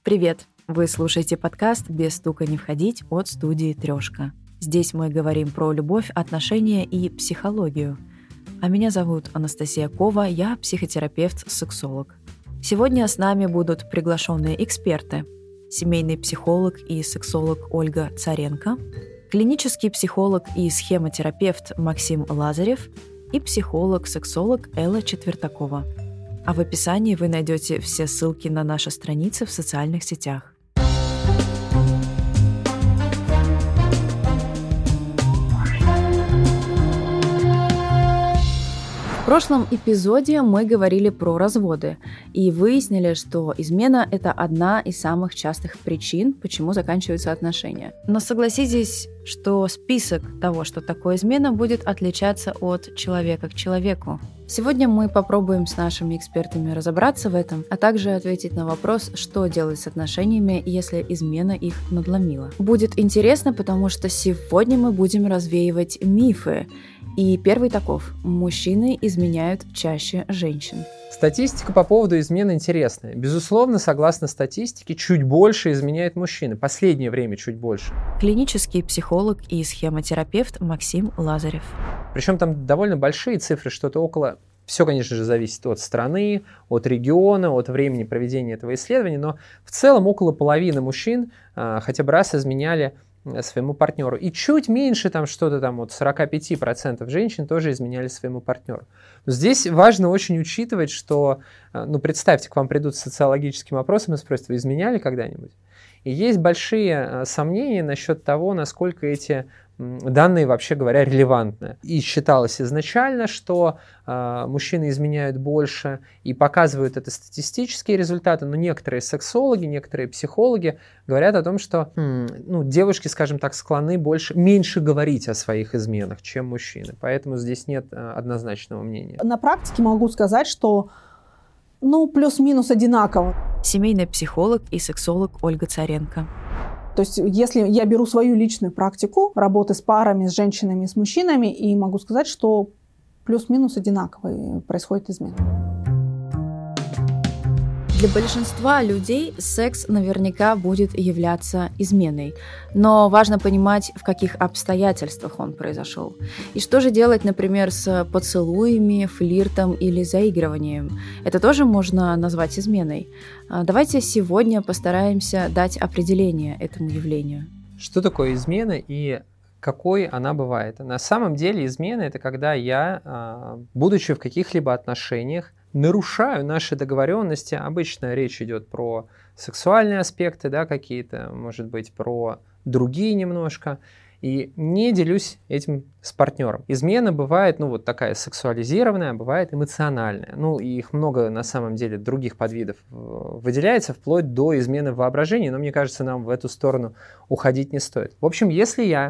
Привет! Вы слушаете подкаст «Без стука не входить» от студии «Трёшка». Здесь мы говорим про любовь, отношения и психологию. А меня зовут Анастасия Кова, я психотерапевт-сексолог. Сегодня с нами будут приглашенные эксперты. Семейный психолог и сексолог Ольга Царенко, клинический психолог и схемотерапевт Максим Лазарев и психолог-сексолог Элла Четвертакова. А в описании вы найдете все ссылки на наши страницы в социальных сетях. В прошлом эпизоде мы говорили про разводы и выяснили, что измена – это одна из самых частых причин, почему заканчиваются отношения. Но согласитесь, что список того, что такое измена, будет отличаться от человека к человеку. Сегодня мы попробуем с нашими экспертами разобраться в этом, а также ответить на вопрос, что делать с отношениями, если измена их надломила. Будет интересно, потому что сегодня мы будем развеивать мифы. И первый таков: мужчины изменяют чаще женщин. Статистика по поводу измены интересная. Безусловно, согласно статистике, чуть больше изменяют мужчины. Последнее время чуть больше. Клинический психолог и схемотерапевт Максим Лазарев. Причем там довольно большие цифры, что-то около... Все, конечно же, зависит от страны, от региона, от времени проведения этого исследования, но в целом около половины мужчин хотя бы раз изменяли своему партнеру. И чуть меньше, там что-то там от 45% женщин тоже изменяли своему партнеру. Но здесь важно очень учитывать, что, представьте, к вам придут с социологическим опросом и спросят: вы изменяли когда-нибудь? И есть большие сомнения насчет того, насколько эти данные, вообще говоря, релевантны. И считалось изначально, что мужчины изменяют больше, и показывают это статистические результаты, но некоторые сексологи, некоторые психологи говорят о том, что девушки, скажем так, склонны меньше говорить о своих изменах, чем мужчины. Поэтому здесь нет однозначного мнения. На практике могу сказать, что плюс-минус одинаково. Семейный психолог и сексолог Ольга Царенко. То есть, если я беру свою личную практику работы с парами, с женщинами и с мужчинами, и могу сказать, что плюс-минус одинаково происходит измена. Для большинства людей секс наверняка будет являться изменой, но важно понимать, в каких обстоятельствах он произошел. И что же делать, например, с поцелуями, флиртом или заигрыванием? Это тоже можно назвать изменой. Давайте сегодня постараемся дать определение этому явлению. Что такое измена и какой она бывает? На самом деле измена – это когда я, будучи в каких-либо отношениях, нарушаю наши договоренности. Обычно речь идет про сексуальные аспекты, какие-то, может быть, про другие немножко, и не делюсь этим с партнером. Измена бывает, такая сексуализированная, бывает эмоциональная. И их много, на самом деле, других подвидов выделяется, вплоть до измены в воображении, но мне кажется, нам в эту сторону уходить не стоит. В общем, если я,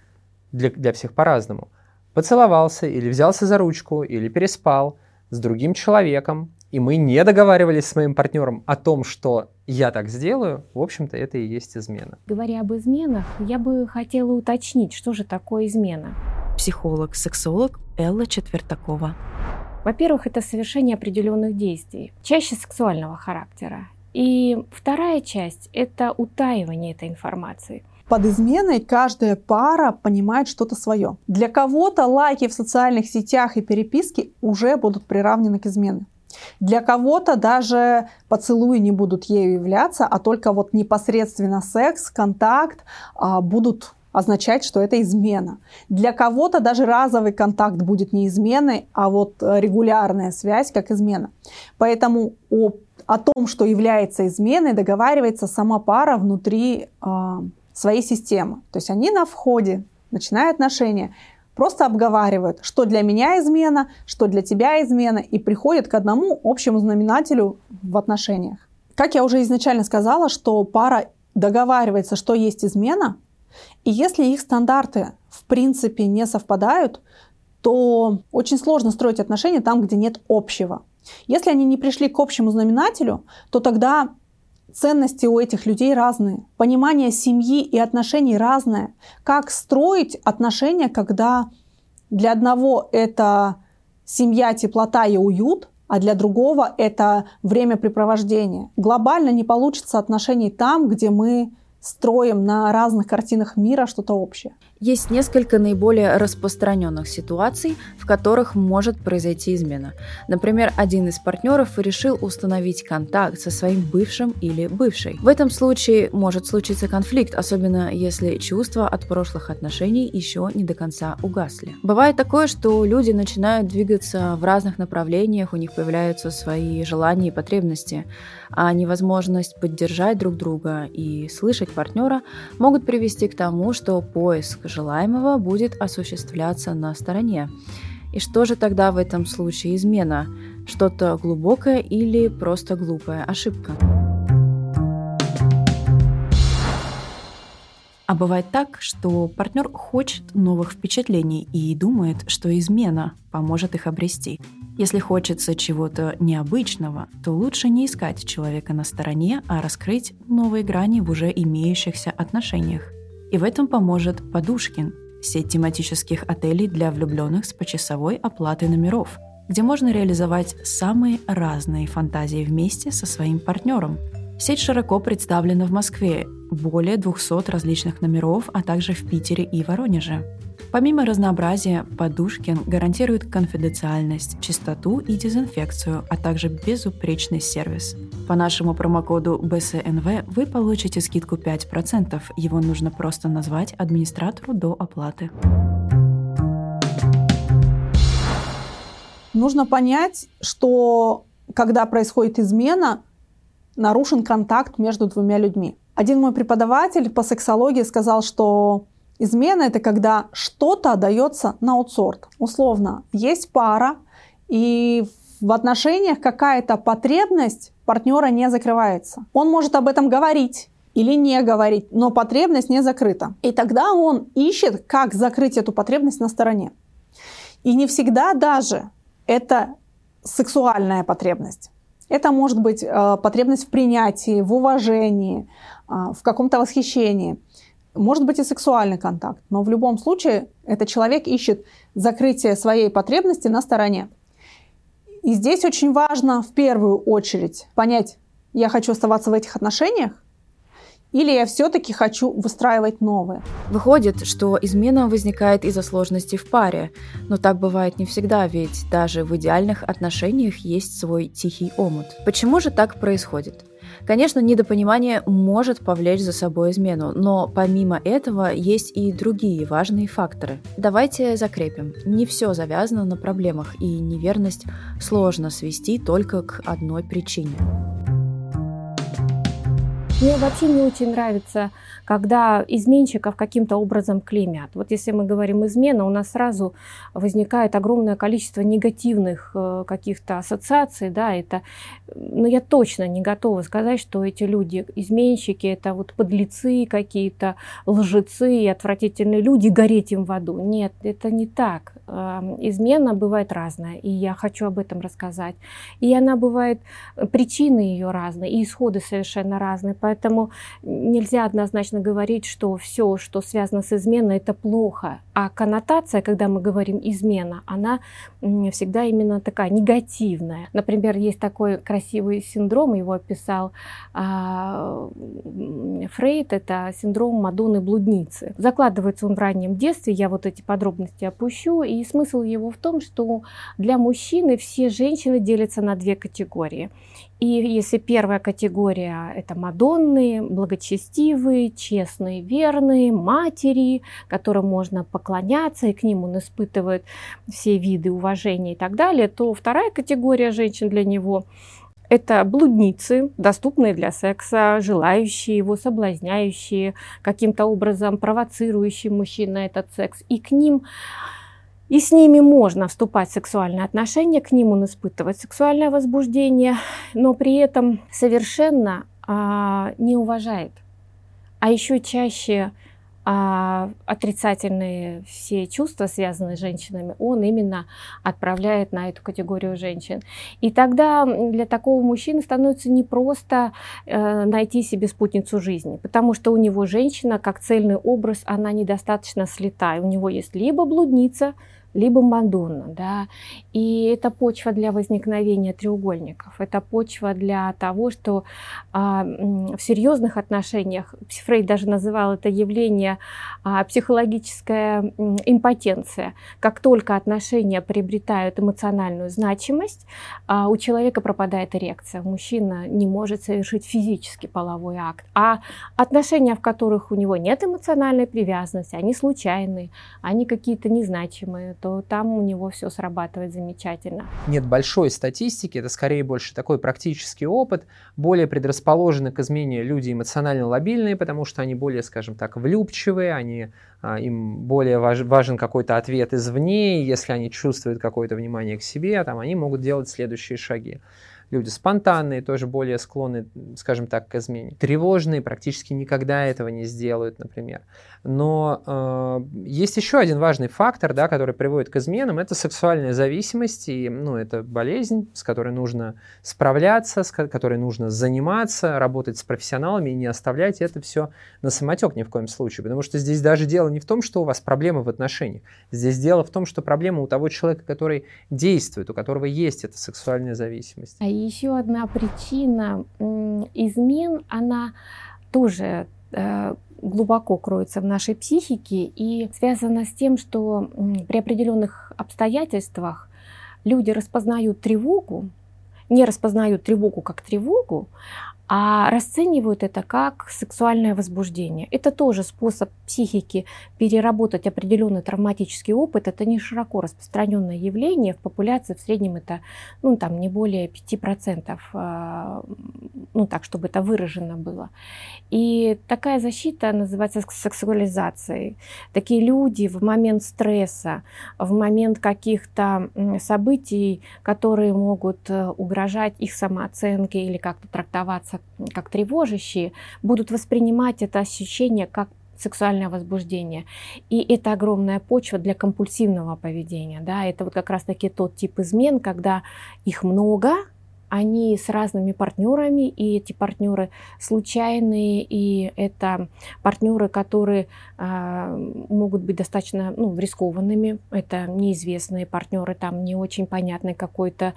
для всех по-разному, поцеловался или взялся за ручку, или переспал с другим человеком, и мы не договаривались с моим партнером о том, что я так сделаю, в общем-то, это и есть измена. Говоря об изменах, я бы хотела уточнить, что же такое измена. Психолог-сексолог Элла Четвертакова. Во-первых, это совершение определенных действий, чаще сексуального характера. И вторая часть – это утаивание этой информации. Под изменой каждая пара понимает что-то свое. Для кого-то лайки в социальных сетях и переписки уже будут приравнены к измене. Для кого-то даже поцелуи не будут ею являться, а только непосредственно секс, контакт будут означать, что это измена. Для кого-то даже разовый контакт будет не изменой, а регулярная связь как измена. Поэтому о том, что является изменой, договаривается сама пара внутри своей системы. То есть они на входе, начиная отношения, просто обговаривают, что для меня измена, что для тебя измена, и приходят к одному общему знаменателю в отношениях. Как я уже изначально сказала, что пара договаривается, что есть измена, и если их стандарты в принципе не совпадают, то очень сложно строить отношения там, где нет общего. Если они не пришли к общему знаменателю, то тогда ценности у этих людей разные, понимание семьи и отношений разное. Как строить отношения, когда для одного это семья, теплота и уют, а для другого это времяпрепровождение. Глобально не получится отношений там, где мы строим на разных картинах мира что-то общее. Есть несколько наиболее распространенных ситуаций, в которых может произойти измена. Например, один из партнеров решил установить контакт со своим бывшим или бывшей. В этом случае может случиться конфликт, особенно если чувства от прошлых отношений еще не до конца угасли. Бывает такое, что люди начинают двигаться в разных направлениях, у них появляются свои желания и потребности, а невозможность поддержать друг друга и слышать партнера могут привести к тому, что поиск желаемого будет осуществляться на стороне. И что же тогда в этом случае измена? Что-то глубокое или просто глупая ошибка? А бывает так, что партнер хочет новых впечатлений и думает, что измена поможет их обрести. Если хочется чего-то необычного, то лучше не искать человека на стороне, а раскрыть новые грани в уже имеющихся отношениях. И в этом поможет Подушкин – сеть тематических отелей для влюбленных с почасовой оплатой номеров, где можно реализовать самые разные фантазии вместе со своим партнером. Сеть широко представлена в Москве, более 200 различных номеров, а также в Питере и Воронеже. Помимо разнообразия, Подушкин гарантирует конфиденциальность, чистоту и дезинфекцию, а также безупречный сервис. По нашему промокоду БСНВ вы получите скидку 5%. Его нужно просто назвать администратору до оплаты. Нужно понять, что когда происходит измена, нарушен контакт между двумя людьми. Один мой преподаватель по сексологии сказал, что измена – это когда что-то отдается на аутсорс. Условно, есть пара, и в отношениях какая-то потребность партнера не закрывается. Он может об этом говорить или не говорить, но потребность не закрыта. И тогда он ищет, как закрыть эту потребность на стороне. И не всегда даже это сексуальная потребность. Это может быть потребность в принятии, в уважении, в каком-то восхищении. Может быть и сексуальный контакт, но в любом случае этот человек ищет закрытие своей потребности на стороне. И здесь очень важно в первую очередь понять, я хочу оставаться в этих отношениях или я все-таки хочу выстраивать новые. Выходит, что измена возникает из-за сложностей в паре, но так бывает не всегда, ведь даже в идеальных отношениях есть свой тихий омут. Почему же так происходит? Конечно, недопонимание может повлечь за собой измену, но помимо этого есть и другие важные факторы. Давайте закрепим. Не все завязано на проблемах, и неверность сложно свести только к одной причине. Мне вообще не очень нравится, когда изменщиков каким-то образом клеймят. Вот если мы говорим измена, у нас сразу возникает огромное количество негативных каких-то ассоциаций. Да, но я точно не готова сказать, что эти люди, изменщики, это вот подлецы какие-то, лжецы и отвратительные люди, гореть им в аду. Нет, это не так. Измена бывает разная, и я хочу об этом рассказать. И она бывает, причины ее разные, и исходы совершенно разные. Поэтому нельзя однозначно говорить, что все, что связано с изменой, это плохо. А коннотация, когда мы говорим измена, она всегда именно такая негативная. Например, есть такой красивый синдром, его описал Фрейд, это синдром Мадонны-блудницы. Закладывается он в раннем детстве, я вот эти подробности опущу, и смысл его в том, что для мужчины все женщины делятся на две категории. И если первая категория – это Мадонны, благочестивые, честные, верные, матери, которым можно поклоняться, и к ним он испытывает все виды уважения и так далее, то вторая категория женщин для него – это блудницы, доступные для секса, желающие его, соблазняющие, каким-то образом провоцирующие мужчин на этот секс. И с ними можно вступать в сексуальные отношения, к ним он испытывает сексуальное возбуждение, но при этом совершенно не уважает. А еще чаще отрицательные все чувства, связанные с женщинами, он именно отправляет на эту категорию женщин. И тогда для такого мужчины становится непросто найти себе спутницу жизни, потому что у него женщина, как цельный образ, она недостаточно слита. У него есть либо блудница, либо Мадонна, да, и это почва для возникновения треугольников, это почва для того, что в серьезных отношениях, Фрейд даже называл это явление психологическая импотенция. Как только отношения приобретают эмоциональную значимость, у человека пропадает эрекция, мужчина не может совершить физически половой акт, а отношения, в которых у него нет эмоциональной привязанности, они случайные, они какие-то незначимые, то там у него все срабатывает замечательно. Нет большой статистики, это скорее больше такой практический опыт. Более предрасположены к измене люди эмоционально лобильные, потому что они более, скажем так, влюбчивые, им более важен какой-то ответ извне, и если они чувствуют какое-то внимание к себе, они могут делать следующие шаги. Люди спонтанные тоже более склонны, скажем так, к измене. Тревожные практически никогда этого не сделают, например. Но есть еще один важный фактор, да, который приводит к изменам, это сексуальная зависимость, и это болезнь, с которой нужно справляться, с которой нужно заниматься, работать с профессионалами и не оставлять это все на самотек ни в коем случае. Потому что здесь даже дело не в том, что у вас проблемы в отношениях. Здесь дело в том, что проблема у того человека, который действует, у которого есть эта сексуальная зависимость. А еще одна причина измен, она тоже глубоко кроется в нашей психике и связана с тем, что при определенных обстоятельствах люди распознают тревогу, не распознают тревогу как тревогу, а расценивают это как сексуальное возбуждение. Это тоже способ психики переработать определенный травматический опыт. Это не широко распространенное явление. В популяции в среднем это не более 5%, так, чтобы это выражено было. И такая защита называется сексуализацией. Такие люди в момент стресса, в момент каких-то событий, которые могут угрожать их самооценке или как-то трактоваться как тревожащие, будут воспринимать это ощущение как сексуальное возбуждение. И это огромная почва для компульсивного поведения. Да? Это вот как раз-таки тот тип измен, когда их много, они с разными партнерами, и эти партнеры случайные, и это партнеры, которые могут быть достаточно рискованными. Это неизвестные партнеры, там не очень понятной какой-то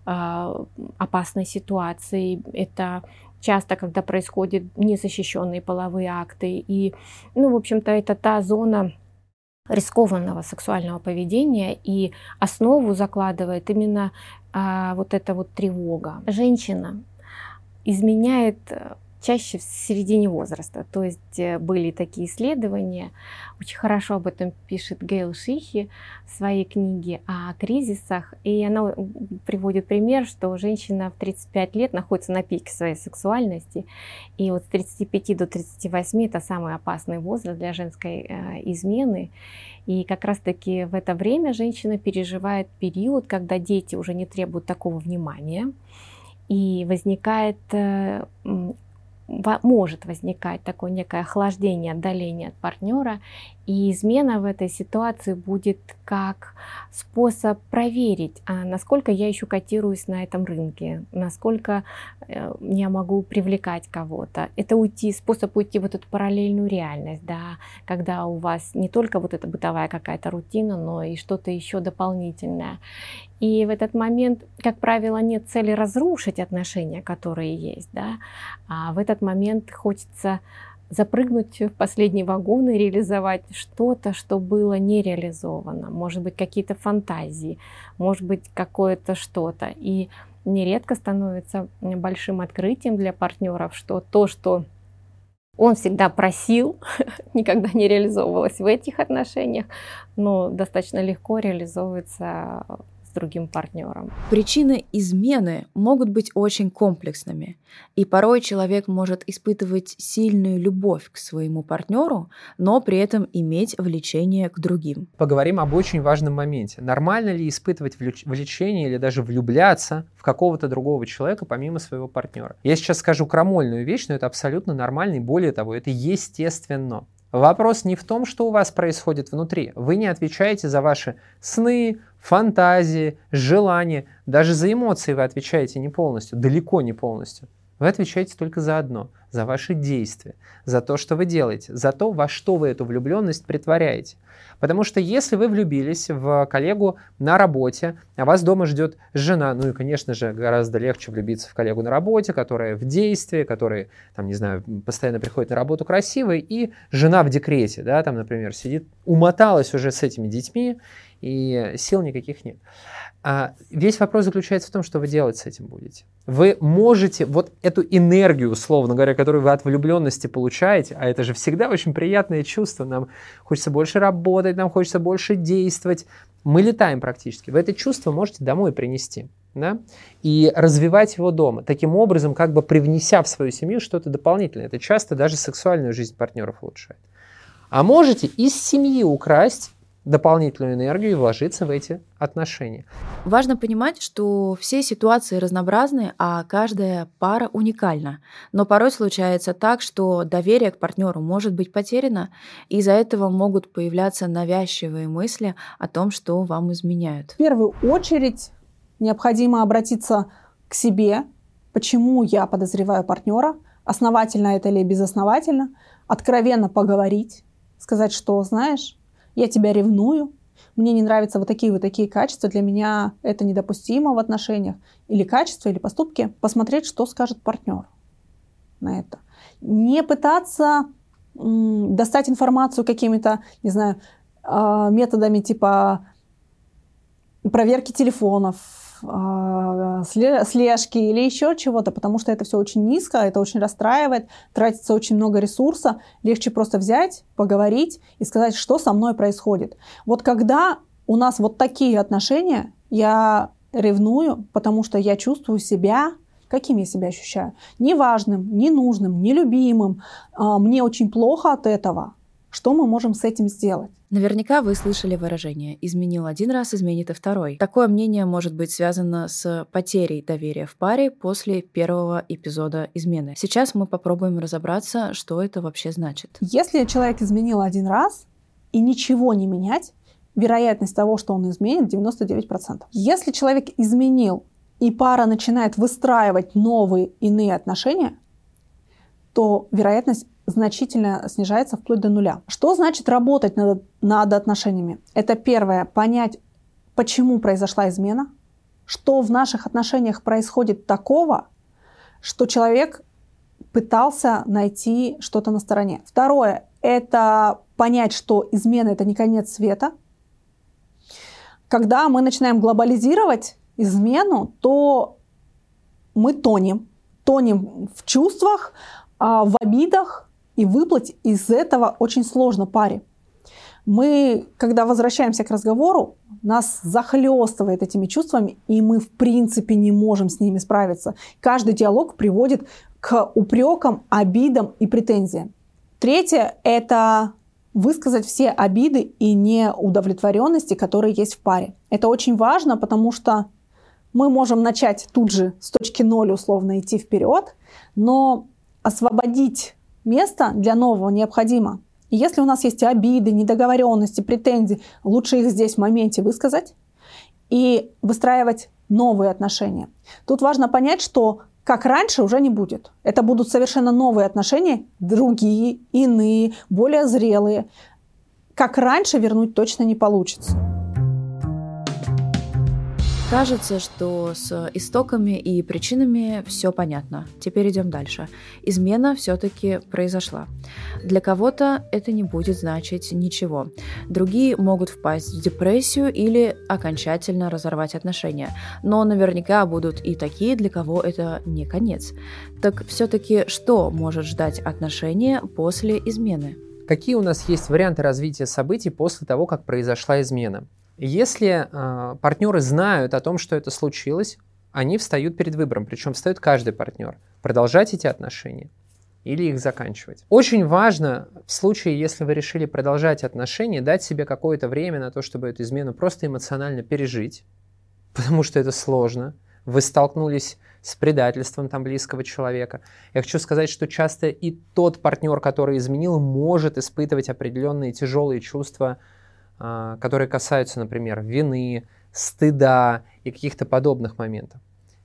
опасной ситуации. Это часто, когда происходят незащищенные половые акты. И, в общем-то, это та зона рискованного сексуального поведения, и основу закладывает именно вот эта вот тревога. Женщина изменяет чаще в середине возраста. То есть были такие исследования, очень хорошо об этом пишет Гейл Шихи в своей книге о кризисах, и она приводит пример, что женщина в 35 лет находится на пике своей сексуальности, и вот с 35 до 38 это самый опасный возраст для женской измены. И как раз-таки в это время женщина переживает период, когда дети уже не требуют такого внимания, и может возникать такое некое охлаждение, отдаление от партнера, и измена в этой ситуации будет как способ проверить, насколько я еще котируюсь на этом рынке, насколько я могу привлекать кого-то. Это способ уйти в эту параллельную реальность, да, когда у вас не только вот эта бытовая какая-то рутина, но и что-то еще дополнительное. И в этот момент, как правило, нет цели разрушить отношения, которые есть, да, а в этот момент хочется запрыгнуть в последний вагон и реализовать что-то, что было не реализовано. Может быть, какие-то фантазии, может быть, какое-то что-то. И нередко становится большим открытием для партнеров, что то, что он всегда просил, никогда не реализовывалось в этих отношениях, но достаточно легко реализовывается другим партнером. Причины измены могут быть очень комплексными, и порой человек может испытывать сильную любовь к своему партнеру, но при этом иметь влечение к другим. Поговорим об очень важном моменте. Нормально ли испытывать влечение или даже влюбляться в какого-то другого человека помимо своего партнера? Я сейчас скажу крамольную вещь, но это абсолютно нормально, и более того, это естественно. Вопрос не в том, что у вас происходит внутри. Вы не отвечаете за ваши сны, фантазии, желания. Даже за эмоции вы отвечаете не полностью, далеко не полностью. Вы отвечаете только за одно. за ваши действия, за то, что вы делаете, за то, во что вы эту влюбленность претворяете. Потому что если вы влюбились в коллегу на работе, а вас дома ждет жена, ну и, конечно же, гораздо легче влюбиться в коллегу на работе, которая в действии, который, там, не знаю, постоянно приходит на работу красивой, и жена в декрете, да, там, например, сидит, умоталась уже с этими детьми, и сил никаких нет. Весь вопрос заключается в том, что вы делать с этим будете. Вы можете вот эту энергию, условно говоря, которую вы от влюбленности получаете, а это же всегда очень приятное чувство, нам хочется больше работать, нам хочется больше действовать, мы летаем практически. Вы это чувство можете домой принести, да? И развивать его дома, таким образом, как бы привнеся в свою семью что-то дополнительное. Это часто даже сексуальную жизнь партнеров улучшает. А можете из семьи украсть дополнительную энергию и вложиться в эти отношения. Важно понимать, что все ситуации разнообразны, а каждая пара уникальна. Но порой случается так, что доверие к партнеру может быть потеряно, и из-за этого могут появляться навязчивые мысли о том, что вам изменяют. В первую очередь необходимо обратиться к себе, почему я подозреваю партнера, основательно это или безосновательно, откровенно поговорить, сказать, что, знаешь, я тебя ревную, мне не нравятся вот такие качества, для меня это недопустимо в отношениях, или качества, или поступки, посмотреть, что скажет партнер на это. Не пытаться достать информацию какими-то, не знаю, методами типа проверки телефонов, слежки или еще чего-то, потому что это все очень низко, это очень расстраивает, тратится очень много ресурса. Легче просто взять, поговорить и сказать, что со мной происходит. Вот когда у нас вот такие отношения, я ревную, потому что я чувствую себя, каким я себя ощущаю? Неважным, ненужным, нелюбимым. Мне очень плохо от этого. Что мы можем с этим сделать? Наверняка вы слышали выражение «изменил один раз, изменит и второй». Такое мнение может быть связано с потерей доверия в паре после первого эпизода измены. Сейчас мы попробуем разобраться, что это вообще значит. Если человек изменил один раз и ничего не менять, вероятность того, что он изменит, 99%. Если человек изменил и пара начинает выстраивать новые иные отношения, то вероятность значительно снижается вплоть до нуля. Что значит работать над отношениями? Это первое, понять, почему произошла измена, что в наших отношениях происходит такого, что человек пытался найти что-то на стороне. Второе, это понять, что измена — это не конец света. Когда мы начинаем глобализировать измену, то мы тонем в чувствах, в обидах, и выплыть из этого очень сложно паре. Мы, когда возвращаемся к разговору, нас захлестывает этими чувствами, и мы в принципе не можем с ними справиться. Каждый диалог приводит к упрекам, обидам и претензиям. Третье – это высказать все обиды и неудовлетворенности, которые есть в паре. Это очень важно, потому что мы можем начать тут же с точки 0 условно идти вперед, но освободить место для нового необходимо. И если у нас есть обиды, недоговоренности, претензии, лучше их здесь в моменте высказать и выстраивать новые отношения. Тут важно понять, что как раньше уже не будет. Это будут совершенно новые отношения, другие, иные, более зрелые. Как раньше вернуть точно не получится. Кажется, что с истоками и причинами все понятно. Теперь идем дальше. Измена все-таки произошла. Для кого-то это не будет значить ничего. Другие могут впасть в депрессию или окончательно разорвать отношения. Но наверняка будут и такие, для кого это не конец. Так все-таки что может ждать отношения после измены? Какие у нас есть варианты развития событий после того, как произошла измена? Если партнеры знают о том, что это случилось, они встают перед выбором, причем встает каждый партнер. Продолжать эти отношения или их заканчивать. Очень важно в случае, если вы решили продолжать отношения, дать себе какое-то время на то, чтобы эту измену просто эмоционально пережить, потому что это сложно. Вы столкнулись с предательством там близкого человека. Я хочу сказать, что часто и тот партнер, который изменил, может испытывать определенные тяжелые чувства, которые касаются, например, вины, стыда и каких-то подобных моментов.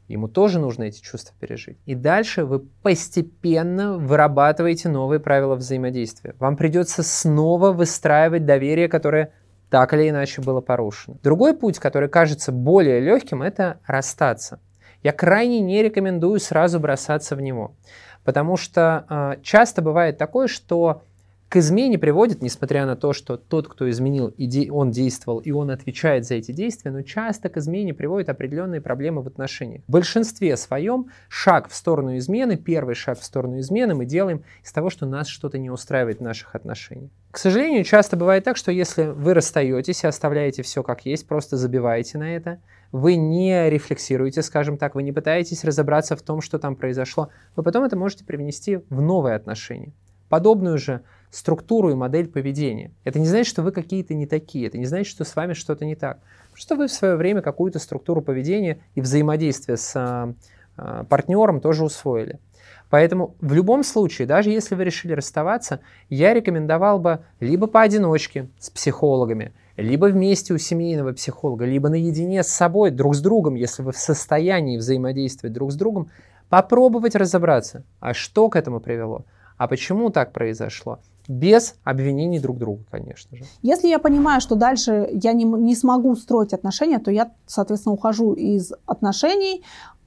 Ему тоже нужно эти чувства пережить. И дальше вы постепенно вырабатываете новые правила взаимодействия. Вам придется снова выстраивать доверие, которое так или иначе было порушено. Другой путь, который кажется более легким, это расстаться. Я крайне не рекомендую сразу бросаться в него, потому что часто бывает такое, что к измене приводит, несмотря на то, что тот, кто изменил, он действовал, и он отвечает за эти действия, но часто к измене приводят определенные проблемы в отношениях. В большинстве своем шаг в сторону измены, первый шаг в сторону измены мы делаем из того, что нас что-то не устраивает в наших отношениях. К сожалению, часто бывает так, что если вы расстаетесь и оставляете все как есть, просто забиваете на это, вы не рефлексируете, скажем так, вы не пытаетесь разобраться в том, что там произошло, вы потом это можете привнести в новые отношения. Подобную же структуру и модель поведения. Это не значит, что вы какие-то не такие, это не значит, что с вами что-то не так. Просто вы в свое время какую-то структуру поведения и взаимодействия с партнером тоже усвоили. Поэтому в любом случае, даже если вы решили расставаться, я рекомендовал бы либо поодиночке с психологами, либо вместе у семейного психолога, либо наедине с собой, друг с другом, если вы в состоянии взаимодействовать друг с другом, попробовать разобраться, а что к этому привело, а почему так произошло. Без обвинений друг друга, конечно же. Если я понимаю, что дальше я не смогу строить отношения, то я, соответственно, ухожу из отношений,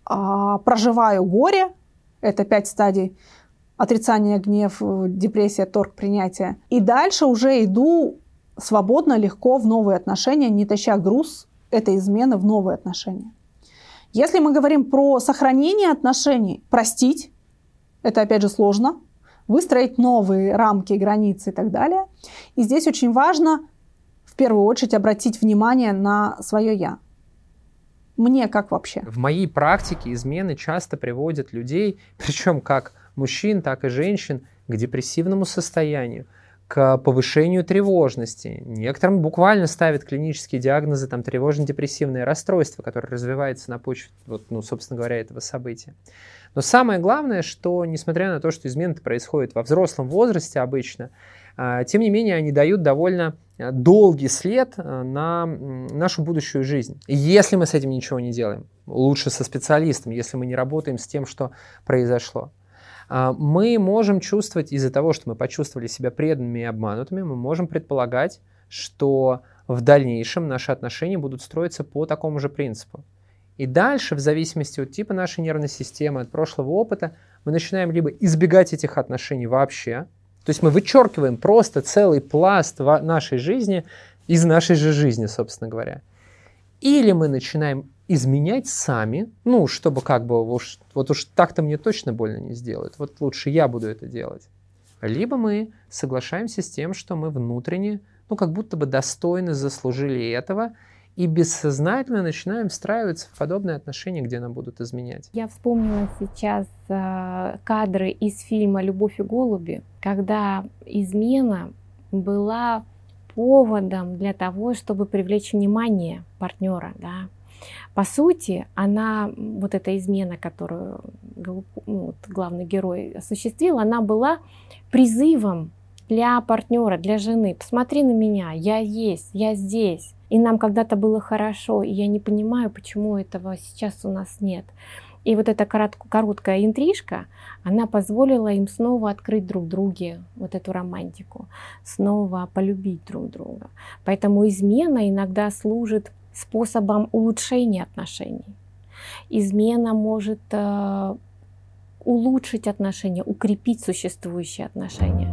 проживаю горе. Это 5 стадий: отрицание, гнев, депрессия, торг, принятие. И дальше уже иду свободно, легко в новые отношения, не таща груз этой измены в новые отношения. Если мы говорим про сохранение отношений, простить, это опять же сложно. Выстроить новые рамки, границы и так далее. И здесь очень важно в первую очередь обратить внимание на свое «я». Мне как вообще? В моей практике измены часто приводят людей, причем как мужчин, так и женщин, к депрессивному состоянию, к повышению тревожности. Некоторым буквально ставят клинические диагнозы, там, тревожно-депрессивное расстройство, которое развивается на почве, собственно говоря, этого события. Но самое главное, что, несмотря на то, что измены происходят во взрослом возрасте обычно, тем не менее они дают довольно долгий след на нашу будущую жизнь. Если мы с этим ничего не делаем, лучше со специалистом, если мы не работаем с тем, что произошло. Мы можем чувствовать, из-за того, что мы почувствовали себя преданными и обманутыми, мы можем предполагать, что в дальнейшем наши отношения будут строиться по такому же принципу. И дальше, в зависимости от типа нашей нервной системы, от прошлого опыта, мы начинаем либо избегать этих отношений вообще, то есть мы вычеркиваем просто целый пласт нашей жизни из нашей же жизни, собственно говоря. Или мы начинаем изменять сами, чтобы уж так-то мне точно больно не сделают, вот лучше я буду это делать. Либо мы соглашаемся с тем, что мы внутренне, как будто бы достойно заслужили этого, и бессознательно начинаем встраиваться в подобные отношения, где нам будут изменять. Я вспомнила сейчас кадры из фильма «Любовь и голуби», когда измена была поводом для того, чтобы привлечь внимание партнера. Да? По сути, эта измена, которую главный герой осуществил, она была призывом для партнера, для жены. Посмотри на меня, я есть, я здесь. И нам когда-то было хорошо, и я не понимаю, почему этого сейчас у нас нет. И вот эта короткая интрижка, она позволила им снова открыть друг друге вот эту романтику, снова полюбить друг друга. Поэтому измена иногда служит способом улучшения отношений. Измена может улучшить отношения, укрепить существующие отношения.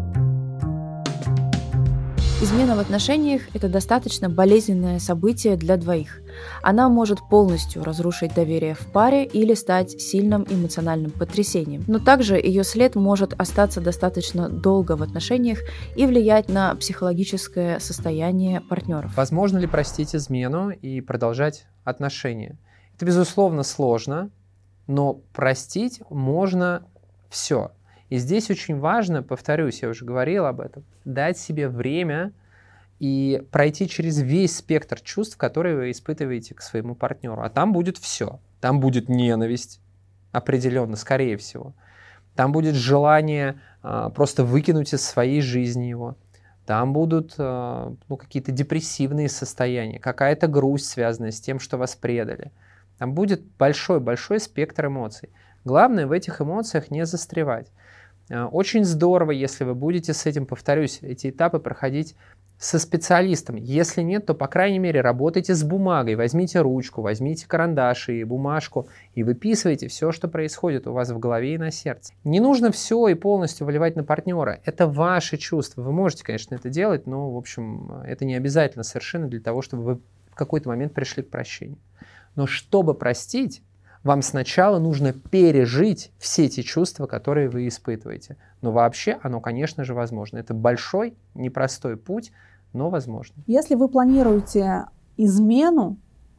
Измена в отношениях – это достаточно болезненное событие для двоих. Она может полностью разрушить доверие в паре или стать сильным эмоциональным потрясением. Но также ее след может остаться достаточно долго в отношениях и влиять на психологическое состояние партнеров. Возможно ли простить измену и продолжать отношения? Это, безусловно, сложно, но простить можно все. И здесь очень важно, повторюсь, я уже говорил об этом, дать себе время и пройти через весь спектр чувств, которые вы испытываете к своему партнеру. А там будет все. Там будет ненависть, определенно, скорее всего. Там будет желание просто выкинуть из своей жизни его. Там будут какие-то депрессивные состояния, какая-то грусть, связанная с тем, что вас предали. Там будет большой-большой спектр эмоций. Главное в этих эмоциях не застревать. Очень здорово, если вы будете с этим, повторюсь, эти этапы проходить со специалистом. Если нет, то, по крайней мере, работайте с бумагой. Возьмите ручку, возьмите карандаш и бумажку и выписывайте все, что происходит у вас в голове и на сердце. Не нужно все и полностью выливать на партнера. Это ваши чувства. Вы можете, конечно, это делать, но, в общем, это не обязательно совершенно для того, чтобы вы в какой-то момент пришли к прощению. Но чтобы простить, вам сначала нужно пережить все те чувства, которые вы испытываете. Но вообще оно, конечно же, возможно. Это большой, непростой путь, но возможно. Если вы планируете измену,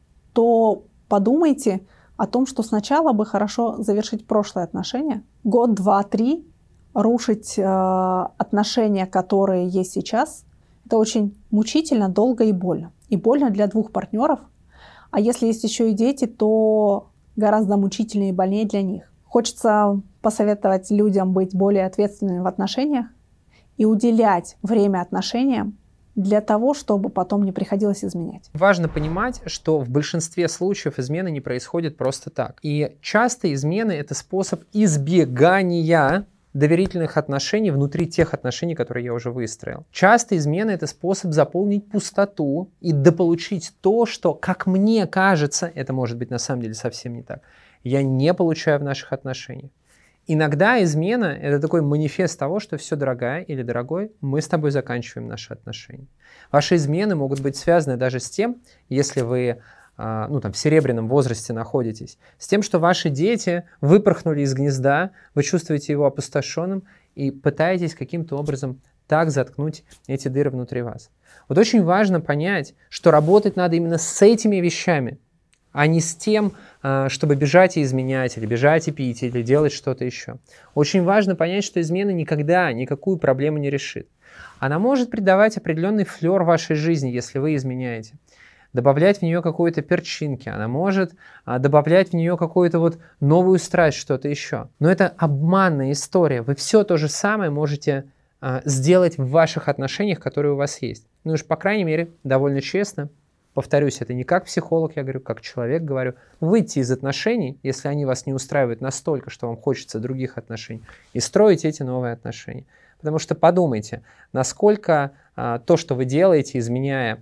то подумайте о том, что сначала бы хорошо завершить прошлые отношения. Год, 2, 3 рушить отношения, которые есть сейчас, это очень мучительно, долго и больно. И больно для двух партнеров. А если есть еще и дети, то гораздо мучительнее и больнее для них. Хочется посоветовать людям быть более ответственными в отношениях и уделять время отношениям для того, чтобы потом не приходилось изменять. Важно понимать, что в большинстве случаев измены не происходят просто так. И часто измены — это способ избегания доверительных отношений внутри тех отношений, которые я уже выстроил. Часто измена — это способ заполнить пустоту и дополучить то, что, как мне кажется, это может быть на самом деле совсем не так, я не получаю в наших отношениях. Иногда измена — это такой манифест того, что все, дорогая или дорогой, мы с тобой заканчиваем наши отношения. Ваши измены могут быть связаны даже с тем, если вы в серебряном возрасте находитесь, с тем, что ваши дети выпорхнули из гнезда, вы чувствуете его опустошенным и пытаетесь каким-то образом так заткнуть эти дыры внутри вас. Вот очень важно понять, что работать надо именно с этими вещами, а не с тем, чтобы бежать и изменять, или бежать и пить, или делать что-то еще. Очень важно понять, что измена никогда никакую проблему не решит. Она может придавать определенный флер вашей жизни, если вы изменяете. Добавлять в нее какой-то перчинки, она может добавлять в нее какую-то новую страсть, что-то еще. Но это обманная история. Вы все то же самое можете сделать в ваших отношениях, которые у вас есть. Ну уж, по крайней мере, довольно честно. Повторюсь, это не как психолог, я говорю, как человек говорю. Выйти из отношений, если они вас не устраивают настолько, что вам хочется других отношений, и строить эти новые отношения. Потому что подумайте, насколько то, что вы делаете, изменяя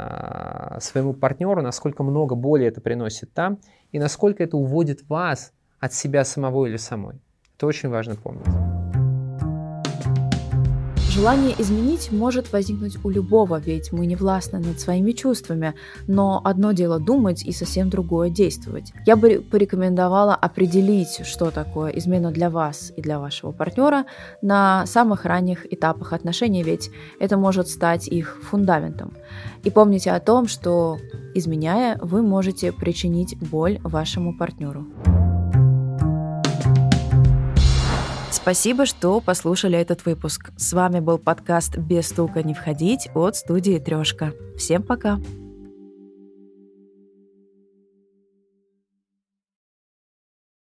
своему партнеру, насколько много боли это приносит там, и насколько это уводит вас от себя самого или самой. Это очень важно помнить. Желание изменить может возникнуть у любого, ведь мы не властны над своими чувствами, но одно дело думать и совсем другое действовать. Я бы порекомендовала определить, что такое измена для вас и для вашего партнера на самых ранних этапах отношений, ведь это может стать их фундаментом. И помните о том, что, изменяя, вы можете причинить боль вашему партнеру. Спасибо, что послушали этот выпуск. С вами был подкаст «Без стука не входить» от студии «Трешка». Всем пока!